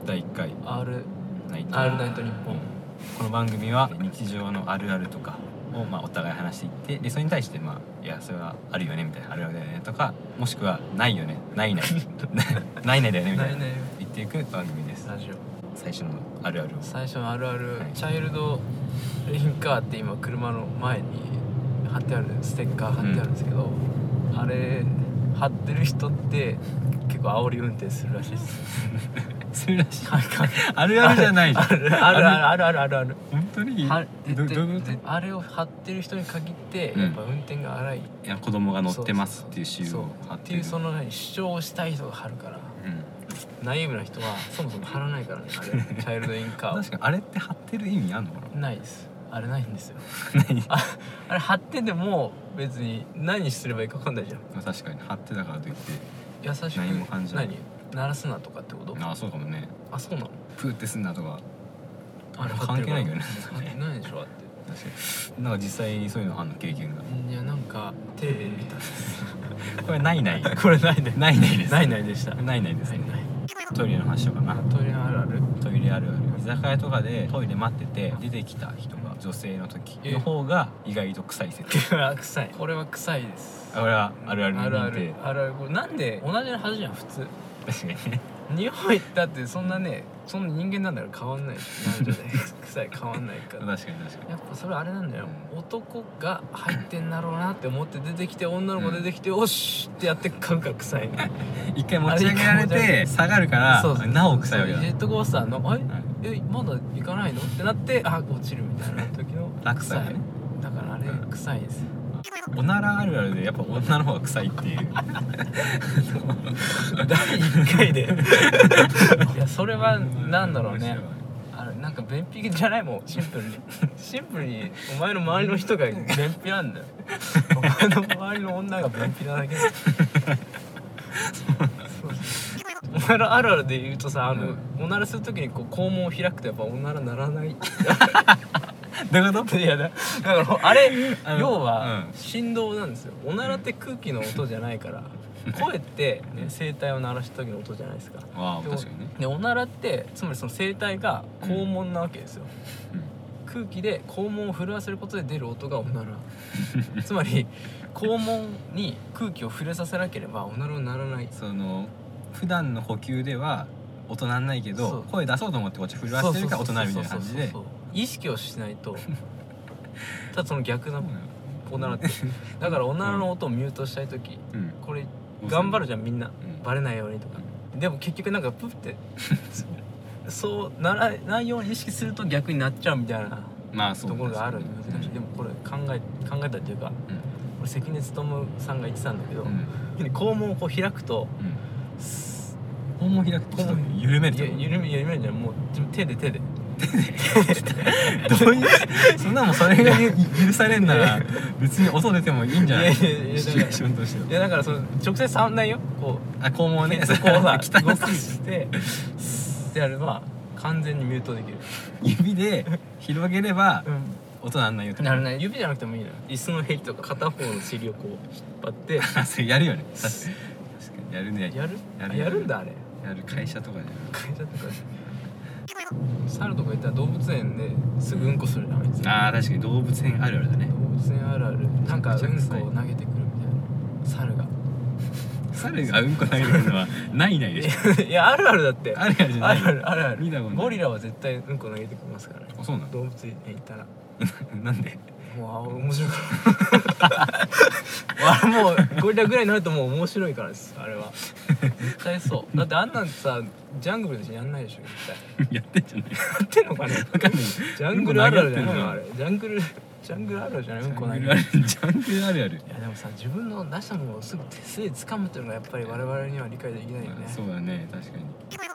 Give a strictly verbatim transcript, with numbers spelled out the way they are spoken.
だいいっかい R ナイト R ナイトニッポン。 この番組は日常のあるあるとかをまあお互い話していって、でそれに対してまあいやそれはあるよねみたいな、あるあるだよねとか、もしくはないよねないないないないだよねみたいなないない言っていく番組です。 ラジオ最初のあるあるを最初のあるある、 はいチャイルドレインカーって今車の前に貼ってあるステッカー貼ってあるんですけど、うん、あれ貼ってる人って結構煽り運転するらしいですするらしいあるあるじゃないじゃん。 あるあるあるあるあるある本当にはどどういうこと？ あれを貼ってる人に限ってやっぱ運転が荒い、 いや子供が乗ってますっていうシールを貼っってていうその何主張をしたい人が貼るから、 うん、 ナイーブな人はそもそも貼らないからねあれチャイルドインカーを確かにあれって貼ってる意味あんのかな。 ないです。あれないんですよ何あ, あれ貼ってても別に何すればいいか分かんないじゃん。 まあ確かに貼ってたからといって優しく何も感じない。 何鳴らすなとかってこと？ ああそうかもね。 あ、そうなの？ プーってすんなとかあれ関係ないよね。 貼ってないでしょだって。 確かになんか実際にそういうのあんの経験が。 いやなんかテレビ見たこれないないこれないねないないです。 ないないでしたないないですね。 ないトイレの話しようかな。 トイレあるあるトイレあるある。居酒屋とかでトイレ待ってて出てきた人が女性の時の方が意外と臭い説。 臭い。これは臭いです。 これはあるあるにあるあ認定。 るあるある。これなんで同じはずじゃん普通。 確かにね。 匂いだってそんなね、そんな人間なんだから変わんないなんじゃない臭い変わんないから。 確かに確かに。 やっぱそれあれなんだよ、 うん、 男が入ってんだろうなって思って出てきて女の子出てきて、うん、おしってやって買うから臭いね一回持ち上げられて下がるからそうそうなお臭いわけだ。 ジェットコースターの「あれ、 はい、 えまだ行かないの?」ってなってあ落ちるみたいな時の臭いね。 だからあれ臭いです、 うん、おならあるあるでやっぱ女の方が臭いっていうだいいっかいでいやそれはなんだろうね、あれなんか便秘じゃないもんシンプルにシンプルにお前の周りの人が便秘なんだよお前の周りの女が便秘なだけだお前のあるあるで言うとさあの、うん、おならするときにこう肛門を開くとやっぱおならならないどういうこと？ いやだだからあれ要は振動なんですよ。おならって空気の音じゃないから声って、ね、声帯を鳴らした時の音じゃないですか。 ああ確かにね。 でおならってつまりその声帯が肛門なわけですよ、うん、空気で肛門を震わせることで出る音がおならつまり肛門に空気を触れさせなければおならは鳴らない。 その普段の呼吸では音なんないけど声出そうと思ってこっち震わせてるから音鳴るみたいな感じで意識をしないとただその逆なのおならってだからおならの音をミュートしたい時、うん、これ頑張るじゃんみんな、うん、バレないようにとか、うん、でも結局なんかプッてそうならないように意識すると逆になっちゃうみたいな、まあ、ところがあるんで難しい、うん、でもこれ考え考えたっていうか、うん、これ関根勤さんが言ってたんだけど、うん、肛門をこう開くと、 うん、肛門開くと緩めると緩め緩めるんじゃんもう手で手でどういうそんなもんそれが許されんなら別に音出てもいいんじゃない？いやいやいやシチュエーションとしていやだからその直接触んないよこうあ肛門をねそこをさ動かしてってやれば完全にミュートできる指で広げれば、うん、音なんないよってならない指じゃなくてもいいのよ椅子のヘリとか片方の尻をこう引っ張ってあそれやるよね確かにやるねやるやるやるんだあれやる会社とかじゃ会社とかじゃ猿とか行ったら動物園ですぐうんこするじゃないですか。 あー確かに動物園あるあるだね。 動物園あるあるなんかうんこを投げてくるみたいな猿が猿がうんこ投げてくるのはないないでしょいやあるあるだってあるあるじゃないあるあるあるある見たことないゴリラは絶対うんこ投げてきますからね。 あそうなの動物園行ったらなんでもう面白いからもうゴリラぐらいになるともう面白いからですあれは絶対そうだってあんなんさジャングルでやんないでしょ絶対やってんじゃないやってんのかね分かんないジャングルあるあるじゃないのあれジャングルジャングルあるあるじゃないうんこ投げるジャングルあるあるいやでもさ自分の出したものをすぐ手で掴むっていうのがやっぱり我々には理解できないよね。 そうだね確かに。